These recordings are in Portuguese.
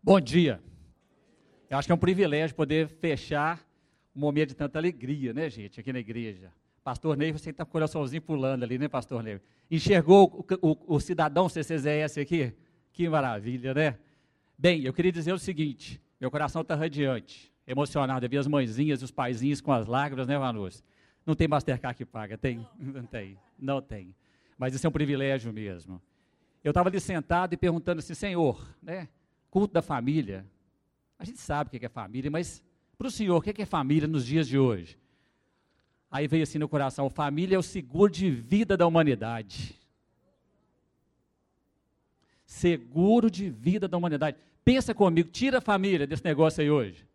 Bom dia. Eu acho que é um privilégio poder fechar um momento de tanta alegria, né, gente, aqui na igreja. Pastor Ney, você está com o coraçãozinho pulando ali, né, Pastor Ney? Enxergou o cidadão CCZS aqui? Que maravilha, né? Bem, eu queria dizer o seguinte, meu coração está radiante, emocionado, eu vi as mãezinhas e os paizinhos com as lágrimas, né, Vanus? Não tem Mastercard que paga, tem? Não tem. Mas isso é um privilégio mesmo. Eu estava ali sentado e perguntando assim, Senhor, né, culto da família, a gente sabe o que é família, mas para o Senhor, o que é família nos dias de hoje? Aí veio assim no coração, família é o seguro de vida da humanidade. Seguro de vida da humanidade. Pensa comigo, tira a família desse negócio aí hoje.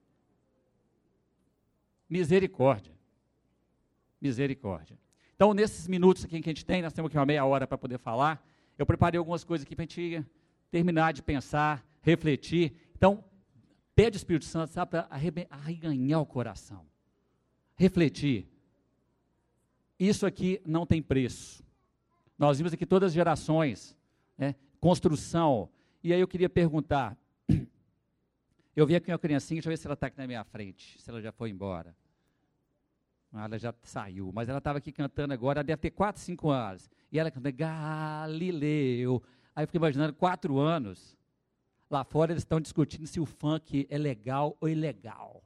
Misericórdia. Misericórdia. Então, nesses minutos aqui que a gente tem, nós temos aqui uma meia hora para poder falar, eu preparei algumas coisas aqui para a gente terminar de pensar, refletir. Então, pede o Espírito Santo, sabe, para arreganhar o coração. Refletir. Isso aqui não tem preço. Nós vimos aqui todas as gerações, né, construção. E aí eu queria perguntar, eu vi aqui uma criancinha, deixa eu ver se ela está aqui na minha frente, se ela já foi embora. Ela já saiu, mas ela estava aqui cantando agora, ela deve ter 4, 5 anos. E ela canta Galileu. Aí eu fiquei imaginando, 4 anos, lá fora eles estão discutindo se o funk é legal ou ilegal.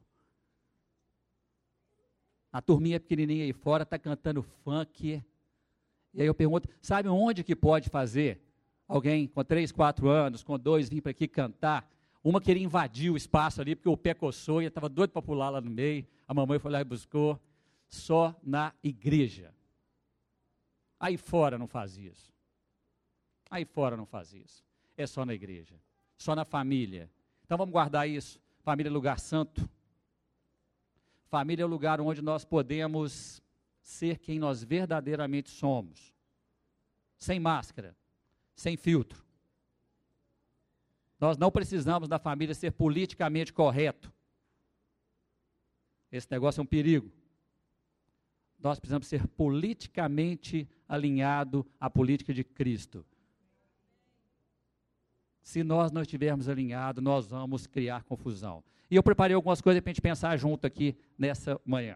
A turminha pequenininha aí fora está cantando funk. E aí eu pergunto, sabe onde que pode fazer? Alguém com 3, 4 anos, com 2, vir para aqui cantar. Uma queria invadir o espaço ali, porque o pé coçou e estava doido para pular lá no meio. A mamãe foi lá e buscou. Só na igreja. Aí fora não faz isso. Aí fora não faz isso. É só na igreja. Só na família. Então vamos guardar isso. Família é lugar santo. Família é o lugar onde nós podemos ser quem nós verdadeiramente somos. Sem máscara. Sem filtro. Nós não precisamos da família ser politicamente correto. Esse negócio é um perigo. Nós precisamos ser politicamente alinhado à política de Cristo. Se nós não estivermos alinhados, nós vamos criar confusão. E eu preparei algumas coisas para a gente pensar junto aqui nessa manhã.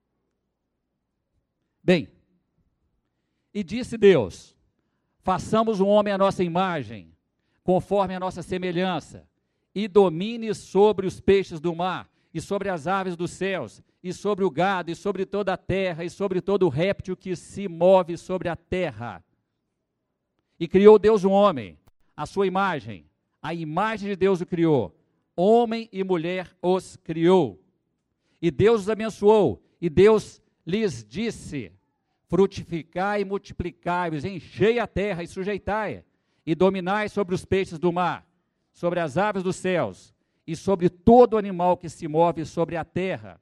Bem, e disse Deus, façamos o homem à nossa imagem, conforme a nossa semelhança, e domine sobre os peixes do mar, e sobre as aves dos céus, e sobre o gado, e sobre toda a terra, e sobre todo o réptil que se move sobre a terra. E criou Deus o homem, a sua imagem, a imagem de Deus o criou, homem e mulher os criou. E Deus os abençoou, e Deus lhes disse, frutificai e multiplicai-vos, enchei a terra e sujeitai-a, e dominai sobre os peixes do mar, sobre as aves dos céus, e sobre todo animal que se move sobre a terra.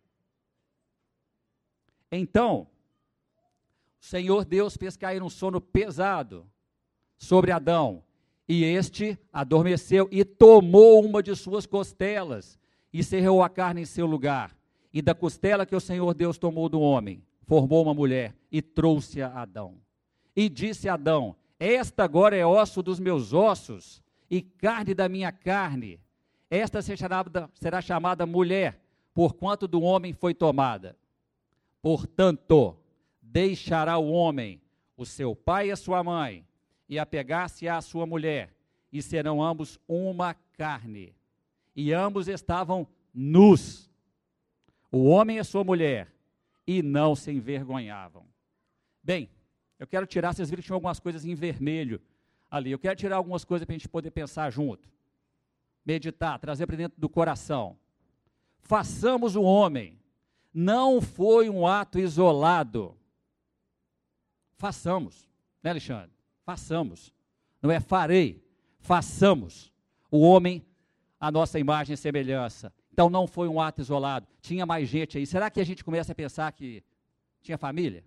Então, o Senhor Deus fez cair um sono pesado sobre Adão, e este adormeceu e tomou uma de suas costelas, e cerrou a carne em seu lugar. E da costela que o Senhor Deus tomou do homem, formou uma mulher, e trouxe a Adão. E disse Adão, esta agora é osso dos meus ossos, e carne da minha carne. Esta será chamada mulher, porquanto do homem foi tomada. Portanto, deixará o homem, o seu pai e a sua mãe, e apegar-se à sua mulher, e serão ambos uma carne. E ambos estavam nus, o homem e a sua mulher, e não se envergonhavam. Bem, eu quero tirar, vocês viram que tinha algumas coisas em vermelho ali, eu quero tirar algumas coisas para a gente poder pensar junto. Meditar, trazer para dentro do coração. Façamos o homem. Não foi um ato isolado. Façamos. Né, Alexandre? Façamos. Não é farei. Façamos. O homem, a nossa imagem e semelhança. Então não foi um ato isolado. Tinha mais gente aí. Será que a gente começa a pensar que tinha família?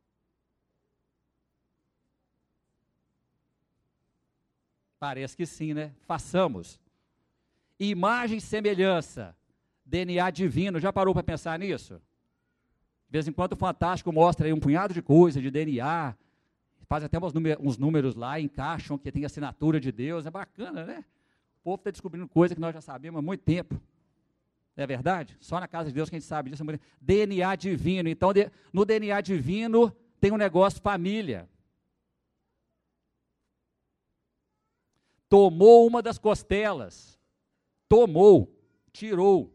Parece que sim, né? Façamos. Imagem e semelhança, DNA divino, já parou para pensar nisso? De vez em quando o Fantástico mostra aí um punhado de coisa, de DNA, faz até uns números lá, encaixam que tem assinatura de Deus, é bacana, né? O povo está descobrindo coisa que nós já sabemos há muito tempo. Não é verdade? Só na casa de Deus que a gente sabe disso. DNA divino. Então, no DNA divino tem um negócio família. Tomou uma das costelas. Tomou. Tirou.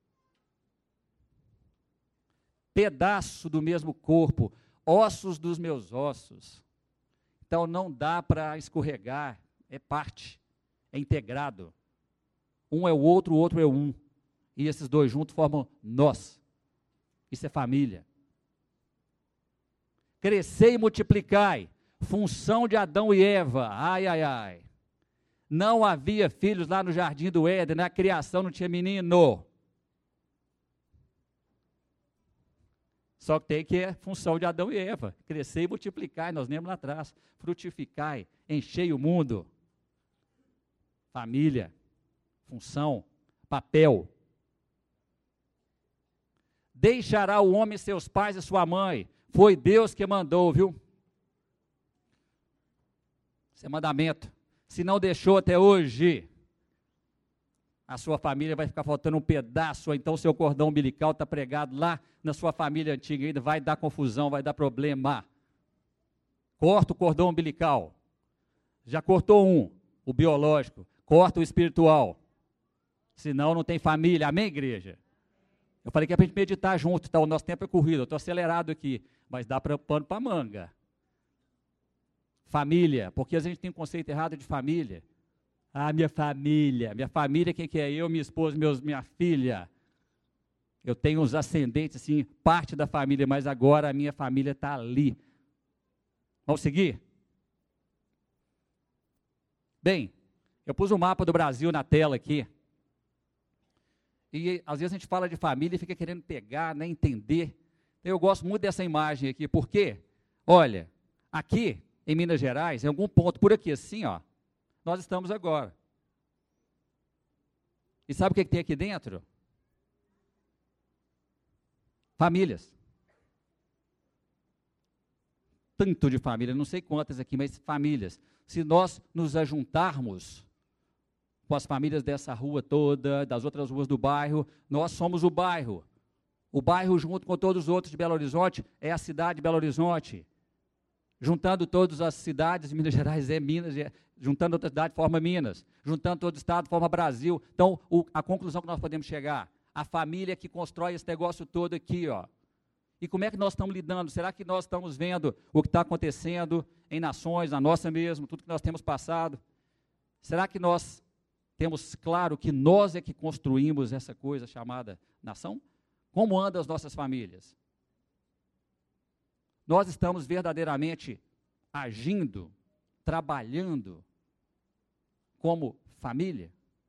Pedaço do mesmo corpo. Ossos dos meus ossos. Então, não dá para escorregar. É parte. É integrado. Um é o outro é um. E esses dois juntos formam nós. Isso é família. Crescei e multiplicai. Função de Adão e Eva. Ai, ai, ai. Não havia filhos lá no jardim do Éden. Na criação não tinha menino. Só que tem que é função de Adão e Eva. Crescei e multiplicai. Nós lemos lá atrás. Frutificai. Enchei o mundo. Família. Função. Papel. Deixará o homem seus pais e sua mãe. Foi Deus que mandou, viu? Isso é mandamento. Se não deixou até hoje, a sua família vai ficar faltando um pedaço, ou então seu cordão umbilical está pregado lá na sua família antiga ainda, vai dar confusão, vai dar problema. Corta o cordão umbilical. Já cortou um, o biológico. Corta o espiritual. Senão não tem família. Amém, igreja? Eu falei que é para a gente meditar junto, tá? O nosso tempo é corrido, eu estou acelerado aqui, mas dá pano para manga. Família, porque a gente tem um conceito errado de família. Ah, minha família, quem que é? Eu, minha esposa, minha filha. Eu tenho uns ascendentes, assim, parte da família, mas agora a minha família está ali. Vamos seguir? Bem, eu pus o mapa do Brasil na tela aqui. E às vezes a gente fala de família e fica querendo pegar, né, entender. Eu gosto muito dessa imagem aqui, porque, olha, aqui em Minas Gerais, em algum ponto por aqui assim, ó, nós estamos agora. E sabe o que tem aqui dentro? Famílias. Tanto de família, não sei quantas aqui, mas famílias. Se nós nos ajuntarmos com as famílias dessa rua toda, das outras ruas do bairro, nós somos o bairro. O bairro, junto com todos os outros de Belo Horizonte, é a cidade de Belo Horizonte. Juntando todas as cidades de Minas Gerais é Minas, juntando outra cidade forma Minas, juntando todo o estado forma Brasil. Então, a conclusão que nós podemos chegar, a família que constrói esse negócio todo aqui, ó. E como é que nós estamos lidando? Será que nós estamos vendo o que está acontecendo em nações, na nossa mesmo, tudo que nós temos passado? Será que nós temos claro que nós é que construímos essa coisa chamada nação? Como andam as nossas famílias? Nós estamos verdadeiramente agindo, trabalhando como família?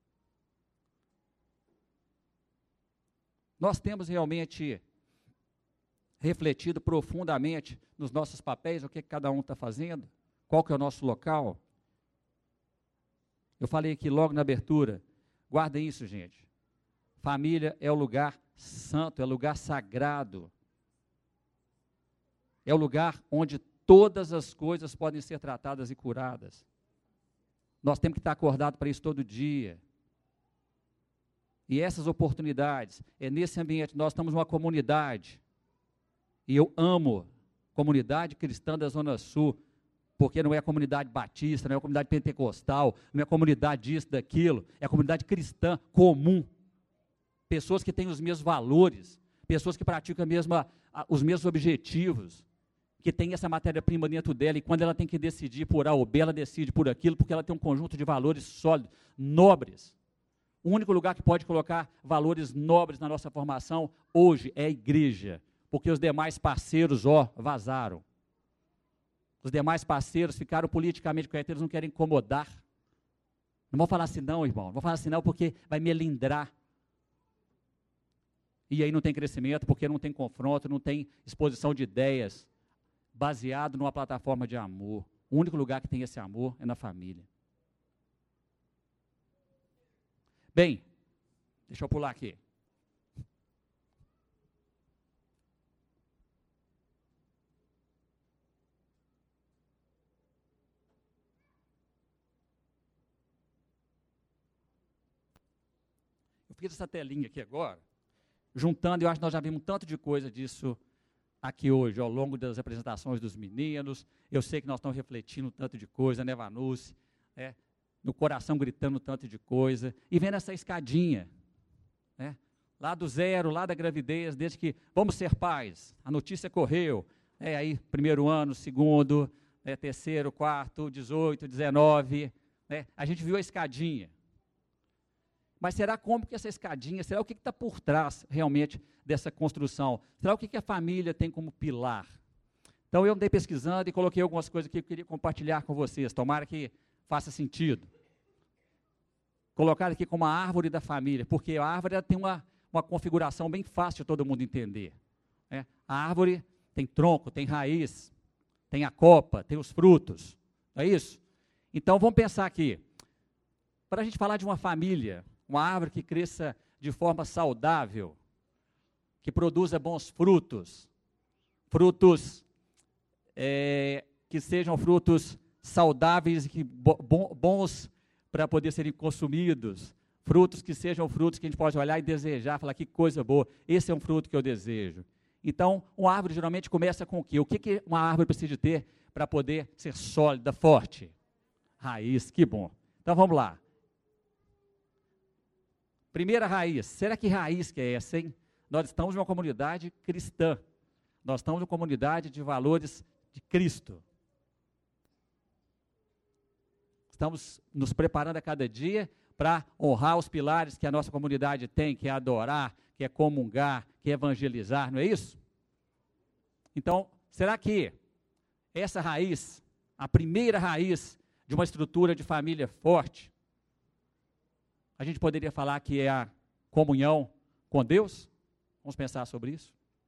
Nós temos realmente refletido profundamente nos nossos papéis, o que cada um está fazendo? Qual que é o nosso local? Eu falei aqui logo na abertura, guardem isso, gente. Família é o lugar santo, é o lugar sagrado. É o lugar onde todas as coisas podem ser tratadas e curadas. Nós temos que estar acordados para isso todo dia. E essas oportunidades, é nesse ambiente, nós estamos numa comunidade. E eu amo comunidade cristã da Zona Sul, porque não é a comunidade batista, não é a comunidade pentecostal, não é a comunidade disso, daquilo, é a comunidade cristã comum. Pessoas que têm os mesmos valores, pessoas que praticam os mesmos objetivos, que tem essa matéria-prima dentro dela, e quando ela tem que decidir por A ou B, ela decide por aquilo, porque ela tem um conjunto de valores sólidos, nobres. O único lugar que pode colocar valores nobres na nossa formação hoje é a igreja, porque os demais parceiros, vazaram. Os demais parceiros ficaram politicamente corretos, eles não querem incomodar. Não vou falar assim não, irmão, não vou falar assim não, porque vai melindrar. E aí não tem crescimento, porque não tem confronto, não tem exposição de ideias, baseado numa plataforma de amor. O único lugar que tem esse amor é na família. Bem, deixa eu pular aqui. Eu fiz essa telinha aqui agora, juntando, eu acho que nós já vimos um tanto de coisa disso aqui hoje, ao longo das apresentações dos meninos. Eu sei que nós estamos refletindo um tanto de coisa, né, Vanucci? No coração gritando um tanto de coisa, e vendo essa escadinha, né? Lá do zero, lá da gravidez, desde que vamos ser pais, a notícia correu, aí primeiro ano, segundo, terceiro, quarto, 18, 19, a gente viu a escadinha. Mas será como que essa escadinha, será o que está por trás realmente dessa construção? Será o que a família tem como pilar? Então eu andei pesquisando e coloquei algumas coisas que eu queria compartilhar com vocês, tomara que faça sentido. Colocar aqui como a árvore da família, porque a árvore ela tem uma configuração bem fácil de todo mundo entender. A árvore tem tronco, tem raiz, tem a copa, tem os frutos, não é isso? Então vamos pensar aqui, para a gente falar de uma família, uma árvore que cresça de forma saudável, que produza bons frutos, que sejam frutos saudáveis e bons para poder serem consumidos, frutos que sejam frutos que a gente pode olhar e desejar, falar que coisa boa, esse é um fruto que eu desejo. Então, uma árvore geralmente começa com o quê? O que uma árvore precisa de ter para poder ser sólida, forte? Raiz, que bom. Então vamos lá. Primeira raiz, será que raiz que é essa, hein? Nós estamos em uma comunidade cristã, nós estamos em uma comunidade de valores de Cristo. Estamos nos preparando a cada dia para honrar os pilares que a nossa comunidade tem, que é adorar, que é comungar, que é evangelizar, não é isso? Então, será que essa raiz, a primeira raiz de uma estrutura de família forte, a gente poderia falar que é a comunhão com Deus? Vamos pensar sobre isso?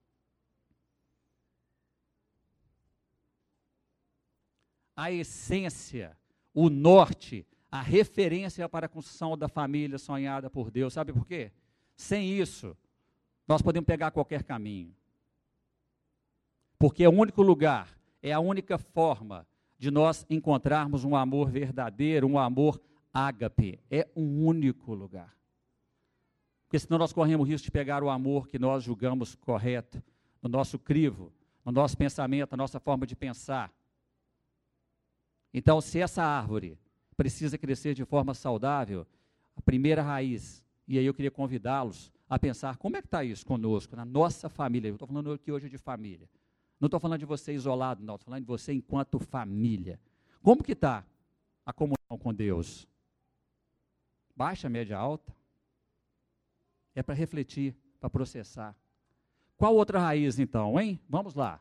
A essência, o norte, a referência para a construção da família sonhada por Deus. Sabe por quê? Sem isso, nós podemos pegar qualquer caminho. Porque é o único lugar, é a única forma de nós encontrarmos um amor verdadeiro, um amor ágape. É um único lugar. Porque senão nós corremos o risco de pegar o amor que nós julgamos correto, no nosso crivo, no nosso pensamento, na nossa forma de pensar. Então, se essa árvore precisa crescer de forma saudável, a primeira raiz, e aí eu queria convidá-los a pensar, como é que está isso conosco, na nossa família? Eu estou falando aqui hoje de família. Não estou falando de você isolado, não, estou falando de você enquanto família. Como que está a comunhão com Deus? Baixa, média, alta? É para refletir, para processar. Qual outra raiz, então, hein? Vamos lá.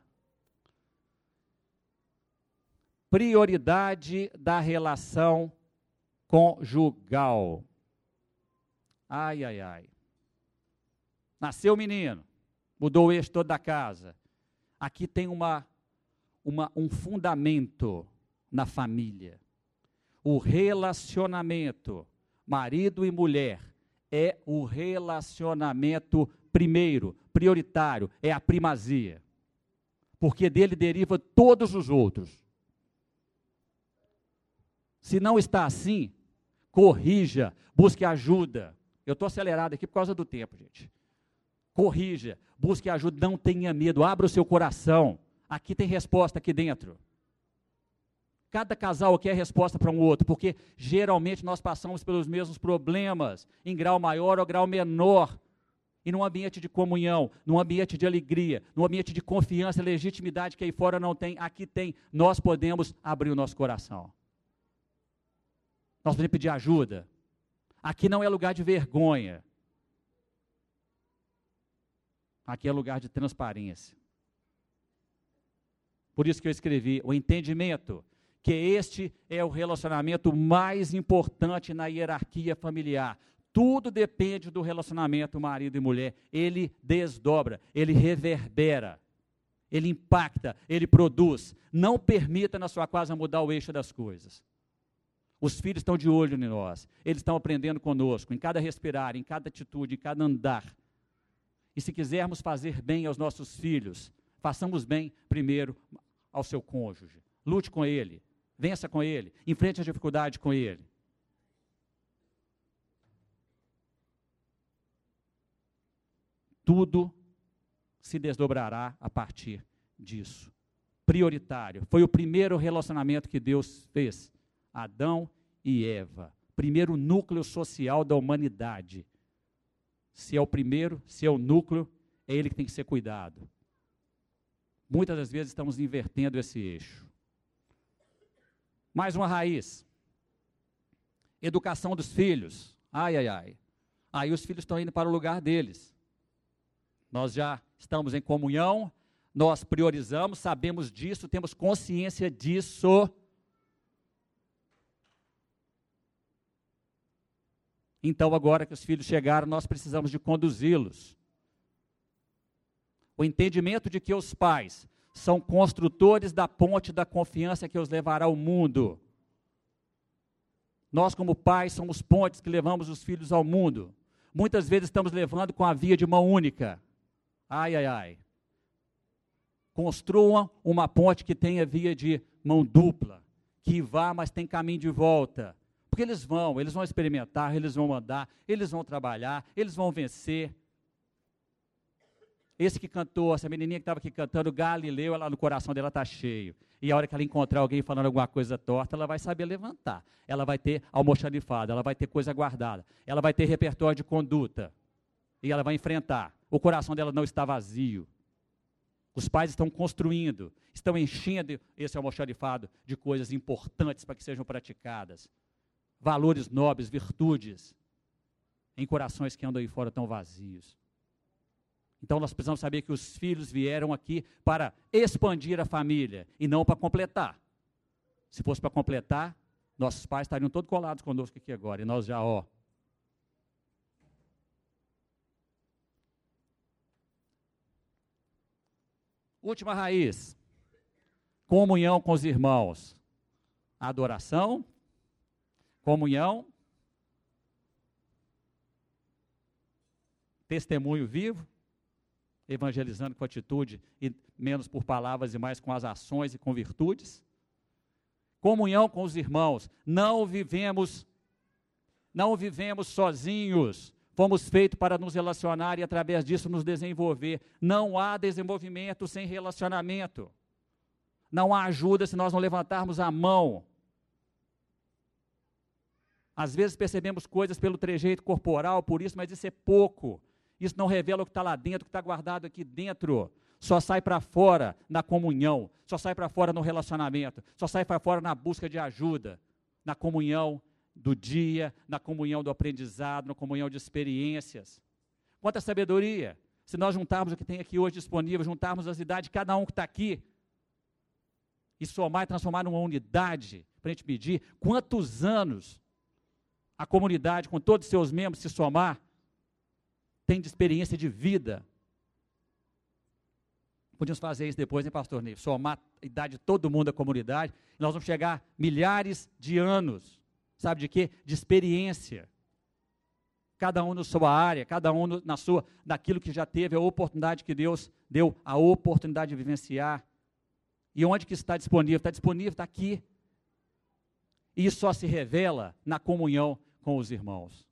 Prioridade da relação conjugal. Ai, ai, ai. Nasceu o menino, mudou o eixo todo da casa. Aqui tem um fundamento na família. O relacionamento, marido e mulher, é o relacionamento primeiro, prioritário, é a primazia. Porque dele deriva todos os outros. Se não está assim, corrija, busque ajuda. Eu estou acelerado aqui por causa do tempo, gente. Corrija, busque ajuda, não tenha medo, abra o seu coração. Aqui tem resposta aqui dentro. Cada casal aqui é resposta para um outro, porque geralmente nós passamos pelos mesmos problemas, em grau maior ou grau menor. E num ambiente de comunhão, num ambiente de alegria, num ambiente de confiança, legitimidade que aí fora não tem, aqui tem, nós podemos abrir o nosso coração. Nós podemos pedir ajuda. Aqui não é lugar de vergonha. Aqui é lugar de transparência. Por isso que eu escrevi o entendimento, que este é o relacionamento mais importante na hierarquia familiar. Tudo depende do relacionamento marido e mulher. Ele desdobra, ele reverbera, ele impacta, ele produz. Não permita na sua casa mudar o eixo das coisas. Os filhos estão de olho em nós, eles estão aprendendo conosco, em cada respirar, em cada atitude, em cada andar. E se quisermos fazer bem aos nossos filhos, façamos bem primeiro ao seu cônjuge. Lute com ele, vença com ele, enfrente a dificuldade com ele. tudo se desdobrará a partir disso. Prioritário. Foi o primeiro relacionamento que Deus fez. Adão e Eva. Primeiro núcleo social da humanidade. Se é o primeiro, se é o núcleo, é ele que tem que ser cuidado. Muitas das vezes estamos invertendo esse eixo. Mais uma raiz. Educação dos filhos. Ai, ai, ai. Aí os filhos estão indo para o lugar deles. Nós já estamos em comunhão, nós priorizamos, sabemos disso, temos consciência disso. Então, agora que os filhos chegaram, nós precisamos de conduzi-los. O entendimento de que os pais são construtores da ponte da confiança que os levará ao mundo. Nós, como pais, somos pontes que levamos os filhos ao mundo. Muitas vezes estamos levando com a via de mão única. Ai, ai, ai. Construam uma ponte que tenha via de mão dupla, que vá, mas tem caminho de volta. Porque eles vão experimentar, eles vão andar, eles vão trabalhar, eles vão vencer. Esse que cantou, essa menininha que estava aqui cantando, Galileu, ela, no coração dela está cheio. E a hora que ela encontrar alguém falando alguma coisa torta, ela vai saber levantar. Ela vai ter almoxarifado, ela vai ter coisa guardada. Ela vai ter repertório de conduta. E ela vai enfrentar. O coração dela não está vazio. Os pais estão construindo, estão enchendo esse almoxarifado de coisas importantes para que sejam praticadas. Valores nobres, virtudes, em corações que andam aí fora tão vazios. Então nós precisamos saber que os filhos vieram aqui para expandir a família e não para completar. Se fosse para completar, nossos pais estariam todos colados conosco aqui agora, e nós já, Última raiz, comunhão com os irmãos. Adoração, comunhão, testemunho vivo, evangelizando com atitude, e menos por palavras e mais com as ações e com virtudes. Comunhão com os irmãos. Não vivemos sozinhos. Fomos feitos para nos relacionar e, através disso, nos desenvolver. Não há desenvolvimento sem relacionamento. Não há ajuda se nós não levantarmos a mão. Às vezes percebemos coisas pelo trejeito corporal, por isso, mas isso é pouco. Isso não revela o que está lá dentro, o que está guardado aqui dentro. Só sai para fora na comunhão, só sai para fora no relacionamento, só sai para fora na busca de ajuda, na comunhão do dia, na comunhão do aprendizado, na comunhão de experiências. Quanta sabedoria, se nós juntarmos o que tem aqui hoje disponível, juntarmos as idades de cada um que está aqui, e somar e transformar numa unidade, para a gente medir quantos anos a comunidade, com todos os seus membros, se somar, tem de experiência de vida. Podíamos fazer isso depois, hein, pastor Ney? Somar a idade de todo mundo da comunidade, e nós vamos chegar a milhares de anos. Sabe de quê? De experiência. Cada um na sua área, cada um naquilo que já teve a oportunidade que Deus deu, a oportunidade de vivenciar. E onde que está disponível? Está disponível, está aqui. E isso só se revela na comunhão com os irmãos.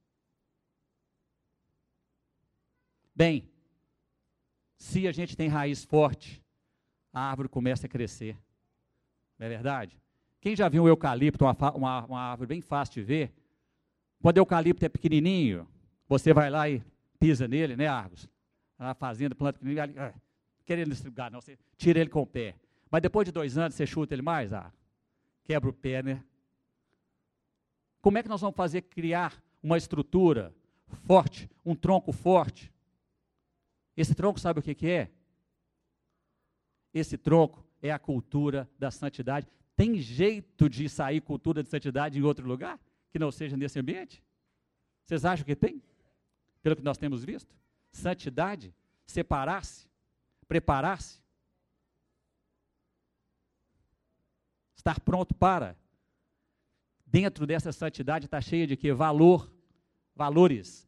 Bem, se a gente tem raiz forte, a árvore começa a crescer. Não é verdade? Quem já viu um eucalipto, uma árvore bem fácil de ver? Quando o eucalipto é pequenininho, você vai lá e pisa nele, né, Argos? Na fazenda, planta pequenininho, querendo estrugar, não, você tira ele com o pé. Mas depois de 2 anos, você chuta ele mais, quebra o pé, né? Como é que nós vamos fazer criar uma estrutura forte, um tronco forte? Esse tronco sabe o que é? Esse tronco é a cultura da santidade. Tem jeito de sair cultura de santidade em outro lugar, que não seja nesse ambiente? Vocês acham que tem? Pelo que nós temos visto? Santidade, separar-se, preparar-se, estar pronto para. Dentro dessa santidade está cheia de quê? Valores.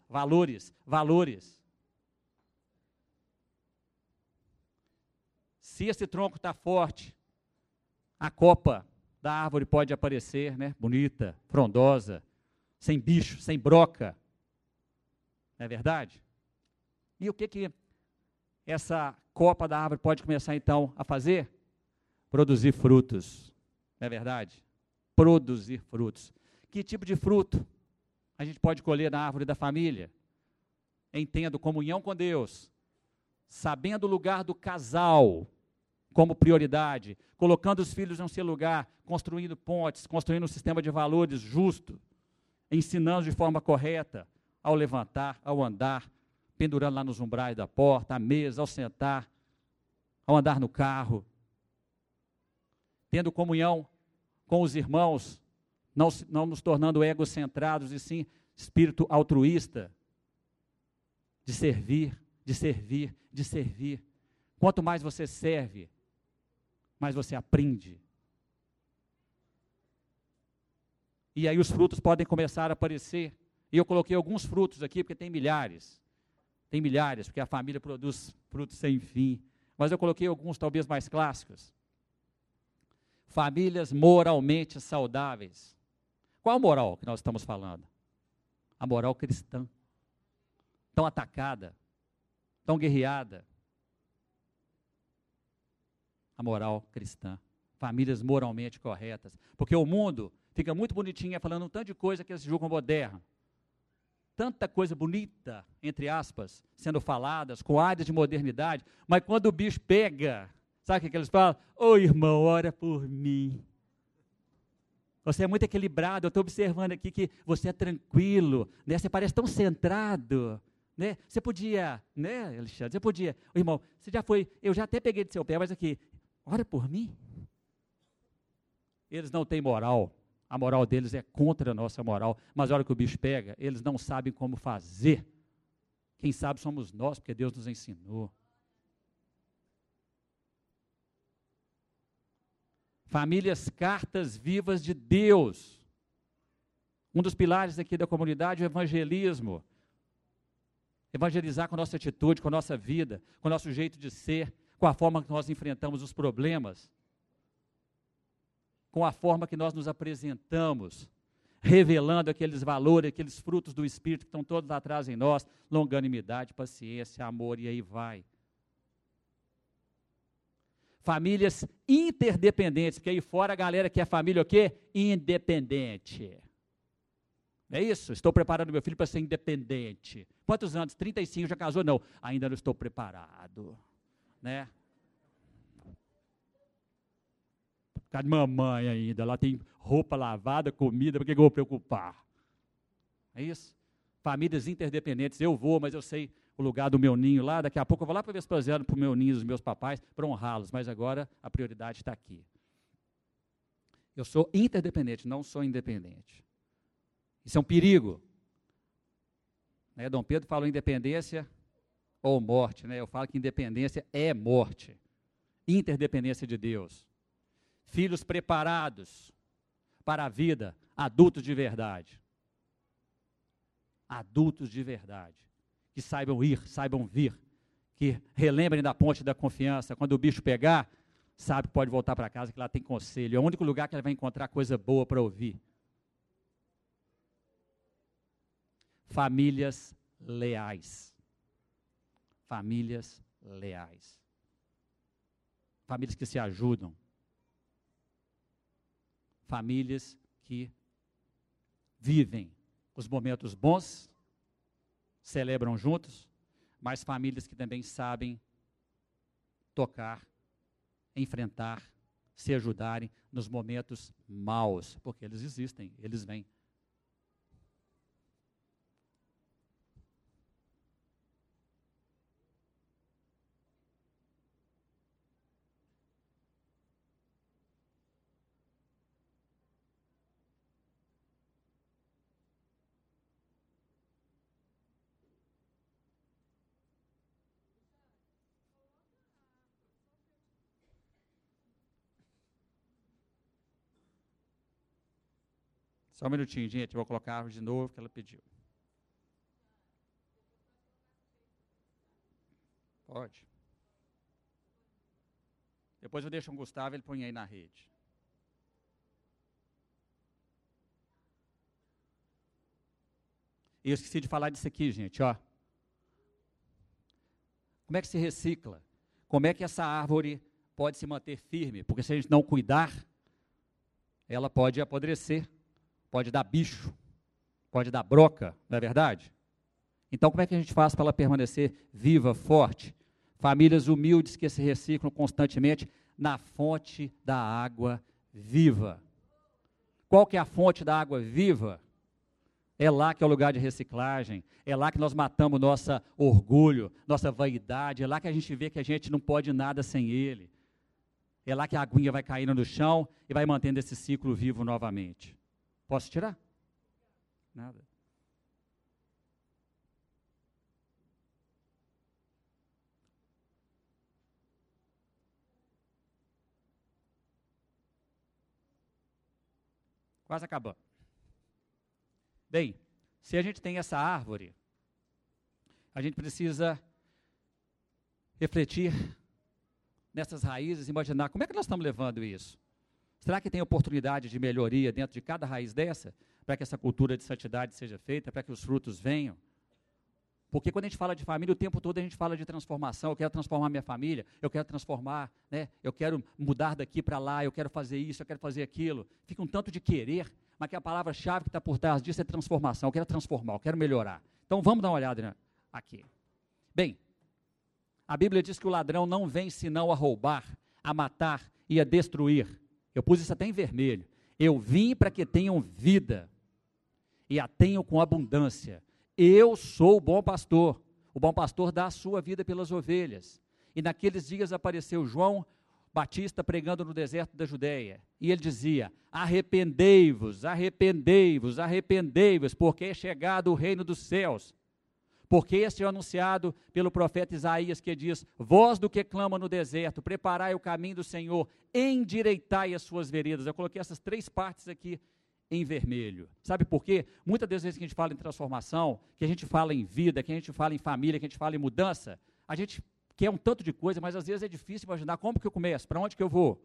Se esse tronco está forte, a copa da árvore pode aparecer, né? Bonita, frondosa, sem bicho, sem broca. Não é verdade? E o que essa copa da árvore pode começar então a fazer? Produzir frutos, não é verdade? Produzir frutos. Que tipo de fruto a gente pode colher na árvore da família? Entendo, comunhão com Deus, sabendo o lugar do casal como prioridade, colocando os filhos no seu lugar, construindo pontes, construindo um sistema de valores justo, ensinando de forma correta, ao levantar, ao andar, pendurando lá nos umbrais da porta, à mesa, ao sentar, ao andar no carro, tendo comunhão com os irmãos, não nos tornando egocentrados, e sim espírito altruísta, de servir, de servir, de servir. Quanto mais você serve, mais você aprende. E aí os frutos podem começar a aparecer. E eu coloquei alguns frutos aqui, porque tem milhares. Tem milhares, porque a família produz frutos sem fim. Mas eu coloquei alguns talvez mais clássicos. Famílias moralmente saudáveis. Qual a moral que nós estamos falando? A moral cristã. Tão atacada, tão guerreada. A moral cristã. Famílias moralmente corretas. Porque o mundo fica muito bonitinho falando um tanto de coisa que eles julgam moderno. Tanta coisa bonita, entre aspas, sendo faladas, com áreas de modernidade, mas quando o bicho pega, sabe o que eles falam? Ô irmão, ora por mim. Você é muito equilibrado, eu estou observando aqui que você é tranquilo, né? Você parece tão centrado, né? Você podia, né, Alexandre, você podia, ô irmão, você já foi, eu já até peguei de seu pé, mas aqui, ora por mim. Eles não têm moral. A moral deles é contra a nossa moral, mas a hora que o bicho pega, eles não sabem como fazer. Quem sabe somos nós, porque Deus nos ensinou. Famílias, cartas vivas de Deus. Um dos pilares aqui da comunidade é o evangelismo. Evangelizar com a nossa atitude, com a nossa vida, com o nosso jeito de ser, com a forma que nós enfrentamos os problemas, com a forma que nós nos apresentamos, revelando aqueles valores, aqueles frutos do Espírito que estão todos lá atrás em nós, longanimidade, paciência, amor, e aí vai. Famílias interdependentes, porque aí fora a galera que é família o quê? Independente. É isso? Estou preparando meu filho para ser independente. Quantos anos? 35, já casou? Não, ainda não estou preparado, né? Ficar de mamãe ainda, lá tem roupa lavada, comida, para que eu vou preocupar? É isso? Famílias interdependentes, eu vou, mas eu sei o lugar do meu ninho lá, daqui a pouco eu vou lá para Vespasiano, para o meu ninho dos meus papais, para honrá-los, mas agora a prioridade está aqui. Eu sou interdependente, não sou independente. Isso é um perigo. Né? Dom Pedro falou independência ou morte, né? Eu falo que independência é morte. Interdependência de Deus. Filhos preparados para a vida, adultos de verdade. Adultos de verdade. Que saibam ir, saibam vir. Que relembrem da ponte da confiança. Quando o bicho pegar, sabe que pode voltar para casa, que lá tem conselho. É o único lugar que ele vai encontrar coisa boa para ouvir. Famílias leais. Famílias leais. Famílias que se ajudam. Famílias que vivem os momentos bons, celebram juntos, mas famílias que também sabem tocar, enfrentar, se ajudarem nos momentos maus, porque eles existem, eles vêm. Só um minutinho, gente, eu vou colocar a árvore de novo que ela pediu. Pode. Depois eu deixo o Gustavo, ele põe aí na rede. E eu esqueci de falar disso aqui, gente, ó. Como é que se recicla? Como é que essa árvore pode se manter firme? Porque se a gente não cuidar, ela pode apodrecer, pode dar bicho, pode dar broca, não é verdade? Então, como é que a gente faz para ela permanecer viva, forte? Famílias humildes que se reciclam constantemente na fonte da água viva. Qual que é a fonte da água viva? É lá que é o lugar de reciclagem, é lá que nós matamos nosso orgulho, nossa vaidade, é lá que a gente vê que a gente não pode nada sem ele. É lá que a aguinha vai caindo no chão e vai mantendo esse ciclo vivo novamente. Posso tirar? Nada. Quase acabando. Bem, se a gente tem essa árvore, a gente precisa refletir nessas raízes, imaginar como é que nós estamos levando isso. Será que tem oportunidade de melhoria dentro de cada raiz dessa, para que essa cultura de santidade seja feita, para que os frutos venham? Porque quando a gente fala de família, o tempo todo a gente fala de transformação. Eu quero transformar minha família, eu quero transformar, né? Eu quero mudar daqui para lá, eu quero fazer isso, eu quero fazer aquilo. Fica um tanto de querer, mas que a palavra-chave que está por trás disso é transformação. Eu quero transformar, eu quero melhorar. Então vamos dar uma olhada aqui. Bem, a Bíblia diz que o ladrão não vem senão a roubar, a matar e a destruir. Eu pus isso até em vermelho. Eu vim para que tenham vida e a tenham com abundância. Eu sou o bom pastor dá a sua vida pelas ovelhas. E naqueles dias apareceu João Batista pregando no deserto da Judéia, e ele dizia: arrependei-vos, arrependei-vos, arrependei-vos, porque é chegado o reino dos céus. Porque este é anunciado pelo profeta Isaías, que diz: voz do que clama no deserto, preparai o caminho do Senhor, endireitai as suas veredas. Eu coloquei essas 3 partes aqui em vermelho. Sabe por quê? Muitas das vezes que a gente fala em transformação, que a gente fala em vida, que a gente fala em família, que a gente fala em mudança, a gente quer um tanto de coisa, mas às vezes é difícil imaginar como que eu começo, para onde que eu vou.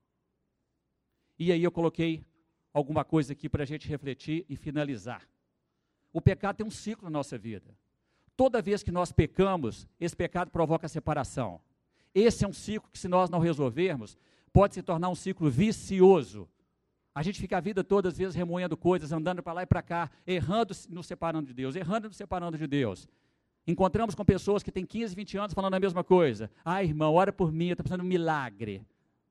E aí eu coloquei alguma coisa aqui para a gente refletir e finalizar. O pecado tem um ciclo na nossa vida. Toda vez que nós pecamos, esse pecado provoca separação. Esse é um ciclo que, se nós não resolvermos, pode se tornar um ciclo vicioso. A gente fica a vida toda, às vezes, remoendo coisas, andando para lá e para cá, errando, nos separando de Deus, errando, nos separando de Deus. Encontramos com pessoas que têm 15, 20 anos falando a mesma coisa. Irmão, ora por mim, eu estou precisando de um milagre.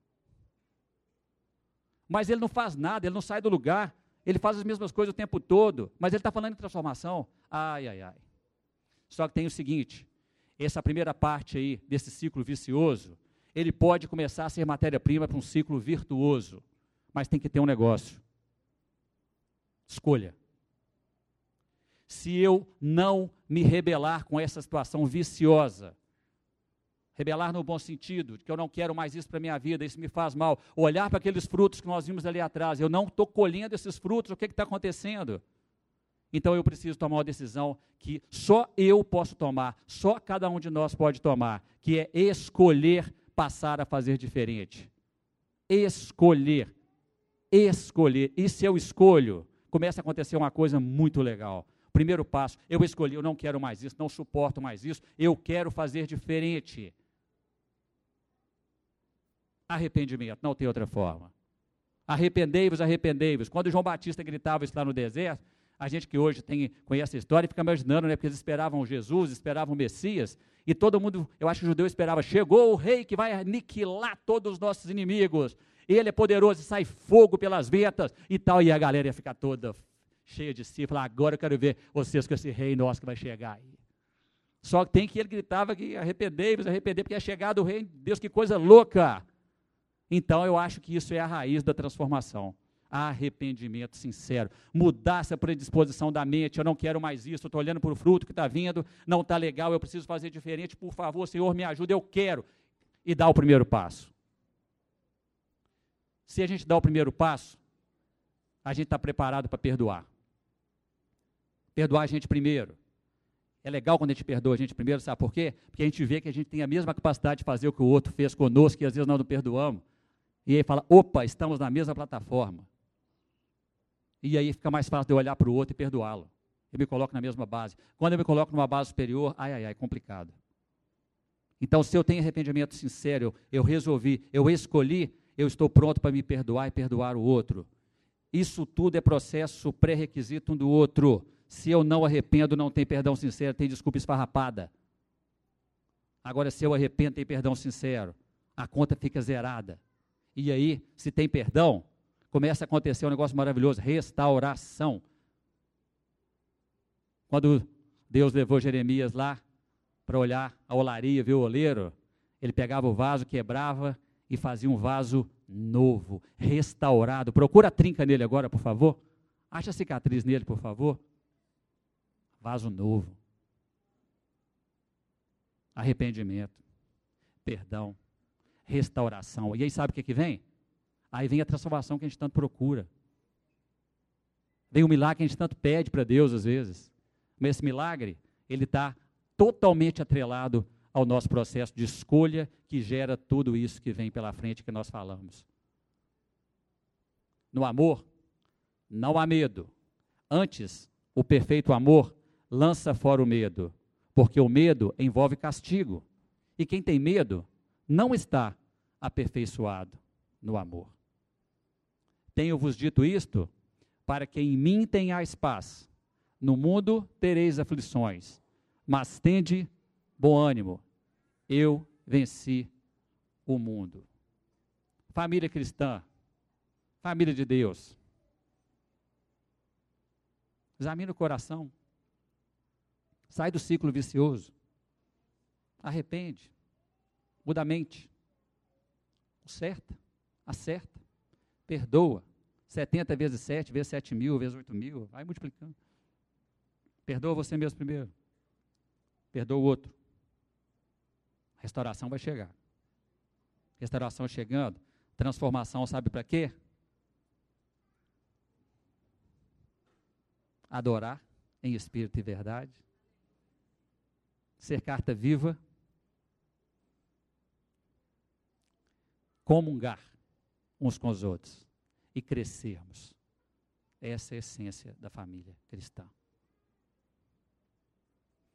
Mas ele não faz nada, ele não sai do lugar, ele faz as mesmas coisas o tempo todo, mas ele está falando em transformação. Ai. Só que tem o seguinte, essa primeira parte aí, desse ciclo vicioso, ele pode começar a ser matéria-prima para um ciclo virtuoso. Mas tem que ter um negócio. Escolha. Se eu não me rebelar com essa situação viciosa, rebelar no bom sentido, de que eu não quero mais isso para a minha vida, isso me faz mal, olhar para aqueles frutos que nós vimos ali atrás, eu não estou colhendo esses frutos, o que está acontecendo? Então eu preciso tomar uma decisão que só eu posso tomar, só cada um de nós pode tomar, que é escolher passar a fazer diferente. Escolher. E se eu escolho, começa a acontecer uma coisa muito legal. Primeiro passo, eu escolhi, eu não quero mais isso, não suporto mais isso, eu quero fazer diferente. Arrependimento, não tem outra forma. Arrependei-vos, arrependei-vos. Quando João Batista gritava isso lá no deserto, a gente que hoje conhece a história fica imaginando, né, porque eles esperavam Jesus, esperavam o Messias, e todo mundo, eu acho que o judeu esperava, chegou o rei que vai aniquilar todos os nossos inimigos. Ele é poderoso e sai fogo pelas ventas e tal, e a galera ia ficar toda cheia de si, falar, agora eu quero ver vocês com esse rei nosso que vai chegar aí. Só que ele gritava que arrependei-vos, porque é chegado o reino de Deus, que coisa louca. Então eu acho que isso é a raiz da transformação. Arrependimento sincero, mudar essa predisposição da mente, eu não quero mais isso, eu estou olhando para o fruto que está vindo, não está legal, eu preciso fazer diferente, por favor, Senhor, me ajuda, eu quero, e dá o primeiro passo. Se a gente dá o primeiro passo, a gente está preparado para perdoar. Perdoar a gente primeiro. É legal quando a gente perdoa a gente primeiro, sabe por quê? Porque a gente vê que a gente tem a mesma capacidade de fazer o que o outro fez conosco, e às vezes nós não perdoamos. E aí fala, opa, estamos na mesma plataforma. E aí fica mais fácil de eu olhar para o outro e perdoá-lo. Eu me coloco na mesma base. Quando eu me coloco numa base superior, complicado. Então, se eu tenho arrependimento sincero, eu resolvi, eu escolhi, eu estou pronto para me perdoar e perdoar o outro. Isso tudo é processo pré-requisito um do outro. Se eu não arrependo, não tem perdão sincero, tem desculpa esfarrapada. Agora, se eu arrependo, tem perdão sincero, a conta fica zerada. E aí, se tem perdão, começa a acontecer um negócio maravilhoso, restauração. Quando Deus levou Jeremias lá para olhar a olaria, ver o oleiro, ele pegava o vaso, quebrava e fazia um vaso novo, restaurado. Procura a trinca nele agora, por favor. Acha a cicatriz nele, por favor. Vaso novo. Arrependimento, perdão, restauração. E aí sabe o que vem? Aí vem a transformação que a gente tanto procura. Vem o milagre que a gente tanto pede para Deus às vezes. Mas esse milagre, ele está totalmente atrelado ao nosso processo de escolha que gera tudo isso que vem pela frente que nós falamos. No amor, não há medo. Antes, o perfeito amor lança fora o medo, porque o medo envolve castigo. E quem tem medo não está aperfeiçoado no amor. Tenho-vos dito isto, para que em mim tenhais paz. No mundo tereis aflições, mas tende bom ânimo. Eu venci o mundo. Família cristã, família de Deus, examine o coração, sai do ciclo vicioso, arrepende, muda a mente, acerta, perdoa, 70 vezes 7, vezes 7 mil, vezes 8 mil, vai multiplicando. Perdoa você mesmo primeiro, perdoa o outro. Restauração vai chegar. Restauração chegando, transformação sabe para quê? Adorar em espírito e verdade, ser carta viva, comungar uns com os outros e crescermos. Essa é a essência da família cristã.